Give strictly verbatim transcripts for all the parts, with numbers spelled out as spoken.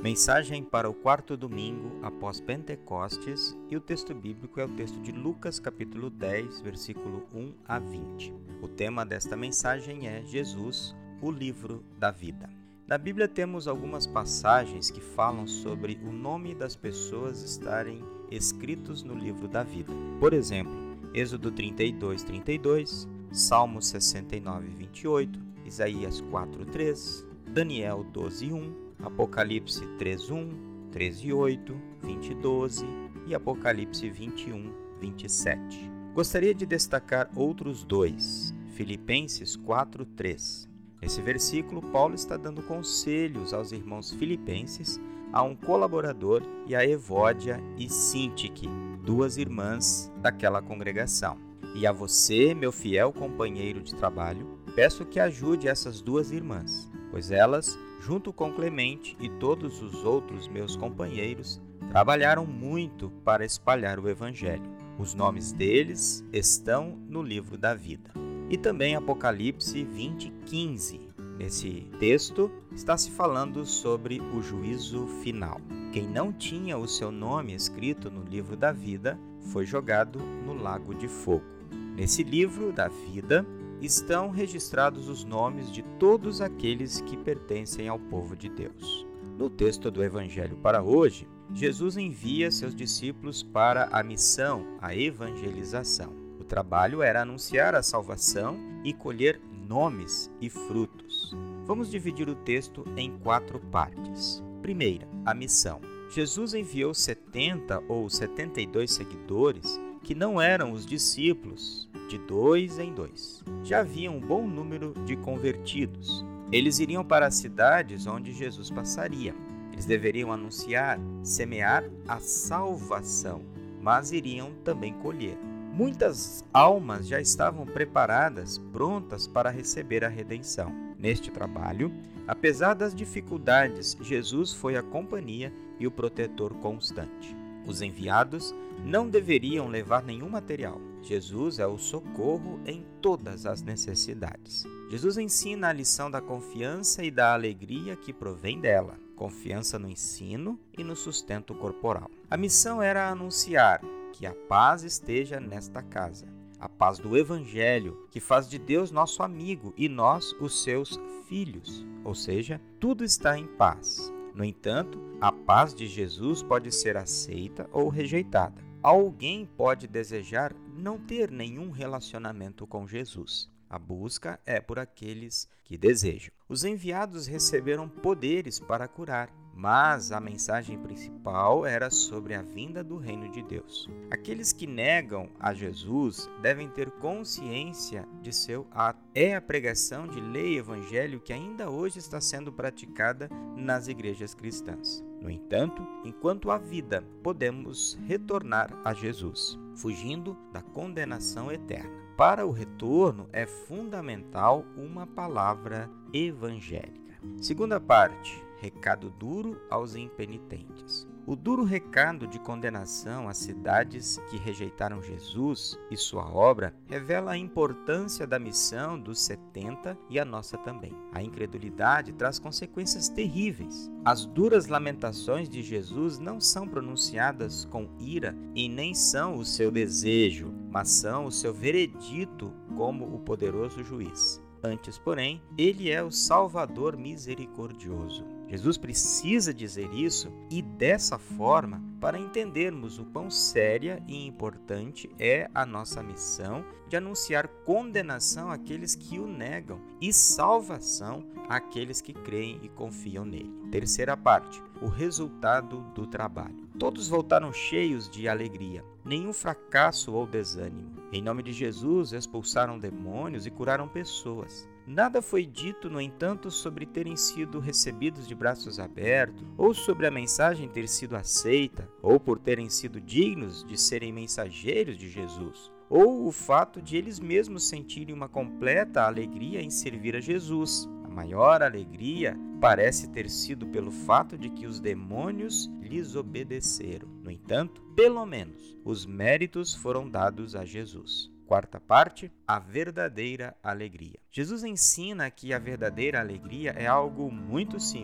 Mensagem para o quarto domingo após Pentecostes, e o texto bíblico é o texto de Lucas, capítulo dez, versículo um a vinte. O tema desta mensagem é Jesus, o livro da vida. Na Bíblia temos algumas passagens que falam sobre o nome das pessoas estarem escritos no livro da vida. Por exemplo, Êxodo trinta e dois, trinta e dois, Salmo sessenta e nove, vinte e oito, Isaías quatro, três, Daniel doze, um, Apocalipse três, um, treze, oito, vinte, doze e Apocalipse vinte e um, vinte e sete. Gostaria de destacar outros dois, Filipenses quatro, três. Nesse versículo, Paulo está dando conselhos aos irmãos filipenses, a um colaborador e a Evódia e Sintique, duas irmãs daquela congregação. E a você, meu fiel companheiro de trabalho, peço que ajude essas duas irmãs, pois elas, junto com Clemente e todos os outros meus companheiros, trabalharam muito para espalhar o Evangelho. Os nomes deles estão no livro da vida. E também Apocalipse vinte, quinze. Nesse texto está se falando sobre o juízo final. Quem não tinha o seu nome escrito no livro da vida foi jogado no lago de fogo. Nesse livro da vida estão registrados os nomes de todos aqueles que pertencem ao povo de Deus. No texto do Evangelho para hoje, Jesus envia seus discípulos para a missão, a evangelização. O trabalho era anunciar a salvação e colher nomes e frutos. Vamos dividir o texto em quatro partes. Primeira, a missão. Jesus enviou setenta ou setenta e dois seguidores que não eram os discípulos, de dois em dois. Já havia um bom número de convertidos. Eles iriam para as cidades onde Jesus passaria. Eles deveriam anunciar, semear a salvação, mas iriam também colher. Muitas almas já estavam preparadas, prontas para receber a redenção. Neste trabalho, apesar das dificuldades, Jesus foi a companhia e o protetor constante. Os enviados não deveriam levar nenhum material. Jesus é o socorro em todas as necessidades. Jesus ensina a lição da confiança e da alegria que provém dela. Confiança no ensino e no sustento corporal. A missão era anunciar que a paz esteja nesta casa. A paz do Evangelho, que faz de Deus nosso amigo e nós os seus filhos. Ou seja, tudo está em paz. No entanto, a paz de Jesus pode ser aceita ou rejeitada. Alguém pode desejar não ter nenhum relacionamento com Jesus. A busca é por aqueles que desejam. Os enviados receberam poderes para curar, mas a mensagem principal era sobre a vinda do reino de Deus. Aqueles que negam a Jesus devem ter consciência de seu ato. É a pregação de lei e evangelho que ainda hoje está sendo praticada nas igrejas cristãs. No entanto, enquanto há vida, podemos retornar a Jesus, fugindo da condenação eterna. Para o retorno é fundamental uma palavra evangélica. Segunda parte, recado duro aos impenitentes. O duro recado de condenação às cidades que rejeitaram Jesus e sua obra revela a importância da missão dos setenta e a nossa também. A incredulidade traz consequências terríveis. As duras lamentações de Jesus não são pronunciadas com ira e nem são o seu desejo, mas são o seu veredito como o poderoso juiz. Antes, porém, ele é o Salvador misericordioso. Jesus precisa dizer isso e dessa forma para entendermos o quão séria e importante é a nossa missão de anunciar condenação àqueles que o negam e salvação àqueles que creem e confiam nele. Terceira parte, o resultado do trabalho. Todos voltaram cheios de alegria, nenhum fracasso ou desânimo. Em nome de Jesus, expulsaram demônios e curaram pessoas. Nada foi dito, no entanto, sobre terem sido recebidos de braços abertos, ou sobre a mensagem ter sido aceita, ou por terem sido dignos de serem mensageiros de Jesus, ou o fato de eles mesmos sentirem uma completa alegria em servir a Jesus. A maior alegria parece ter sido pelo fato de que os demônios lhes obedeceram. No entanto, pelo menos, os méritos foram dados a Jesus. Quarta parte, a verdadeira alegria. Jesus ensina que a verdadeira alegria é algo muito simples.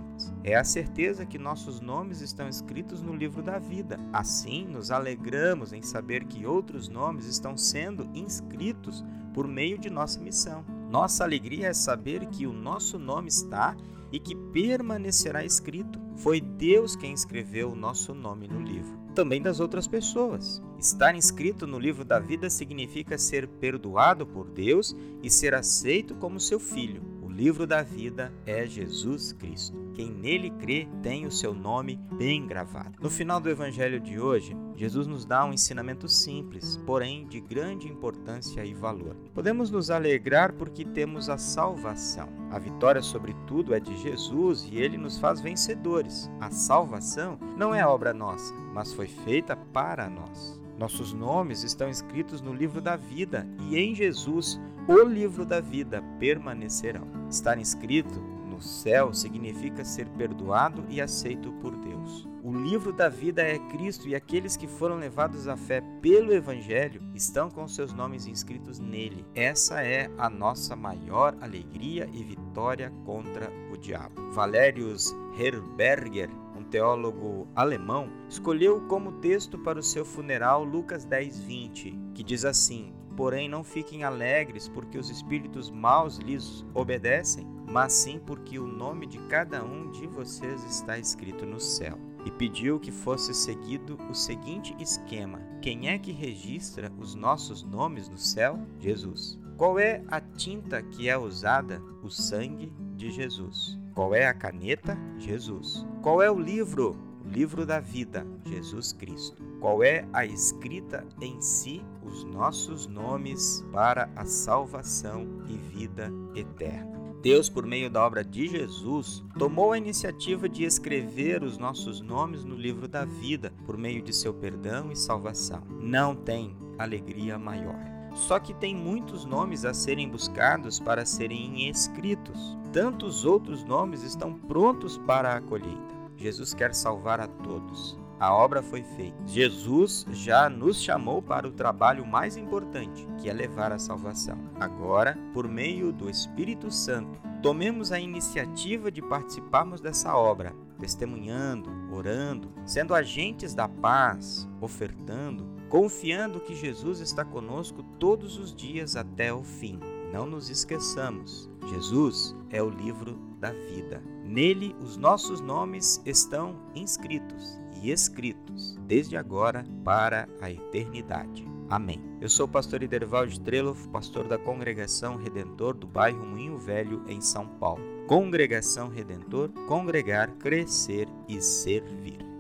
é a certeza que nossos nomes estão escritos no livro da vida. Assim, nos alegramos em saber que outros nomes estão sendo inscritos por meio de nossa missão. Nossa alegria é saber que o nosso nome está e que permanecerá escrito. Foi Deus quem escreveu o nosso nome no livro, também das outras pessoas. Estar inscrito no livro da vida significa ser perdoado por Deus e ser aceito como seu filho. O livro da vida é Jesus Cristo. Quem nele crê tem o seu nome bem gravado. No final do evangelho de hoje, Jesus nos dá um ensinamento simples, porém de grande importância e valor. Podemos nos alegrar porque temos a salvação. A vitória sobre tudo é de Jesus e ele nos faz vencedores. A salvação não é obra nossa, mas foi feita para nós. Nossos nomes estão escritos no livro da vida e em Jesus, o livro da vida, permanecerão. Estar inscrito no céu significa ser perdoado e aceito por Deus. O livro da vida é Cristo e aqueles que foram levados à fé pelo Evangelho estão com seus nomes inscritos nele. Essa é a nossa maior alegria e vitória contra o diabo. Valerius Herberger, um teólogo alemão, escolheu como texto para o seu funeral Lucas dez, vinte, que diz assim: porém não fiquem alegres porque os espíritos maus lhes obedecem, mas sim porque o nome de cada um de vocês está escrito no céu. E pediu que fosse seguido o seguinte esquema: quem é que registra os nossos nomes no céu? Jesus. Qual é a tinta que é usada? O sangue de Jesus. Qual é a caneta? Jesus. Qual é o livro? O livro da vida, Jesus Cristo. Qual é a escrita em si? Os nossos nomes para a salvação e vida eterna. Deus, por meio da obra de Jesus, tomou a iniciativa de escrever os nossos nomes no livro da vida, por meio de seu perdão e salvação. Não tem alegria maior. Só que tem muitos nomes a serem buscados para serem escritos. Tantos outros nomes estão prontos para a colheita. Jesus quer salvar a todos. A obra foi feita. Jesus já nos chamou para o trabalho mais importante, que é levar a salvação. Agora, por meio do Espírito Santo, tomemos a iniciativa de participarmos dessa obra, testemunhando, orando, sendo agentes da paz, ofertando, confiando que Jesus está conosco todos os dias até o fim. Não nos esqueçamos, Jesus é o livro da vida. Nele, os nossos nomes estão inscritos e escritos, desde agora para a eternidade. Amém. Eu sou o pastor Idervaldo Streloff, pastor da Congregação Redentor do bairro Moinho Velho, em São Paulo. Congregação Redentor, congregar, crescer e servir.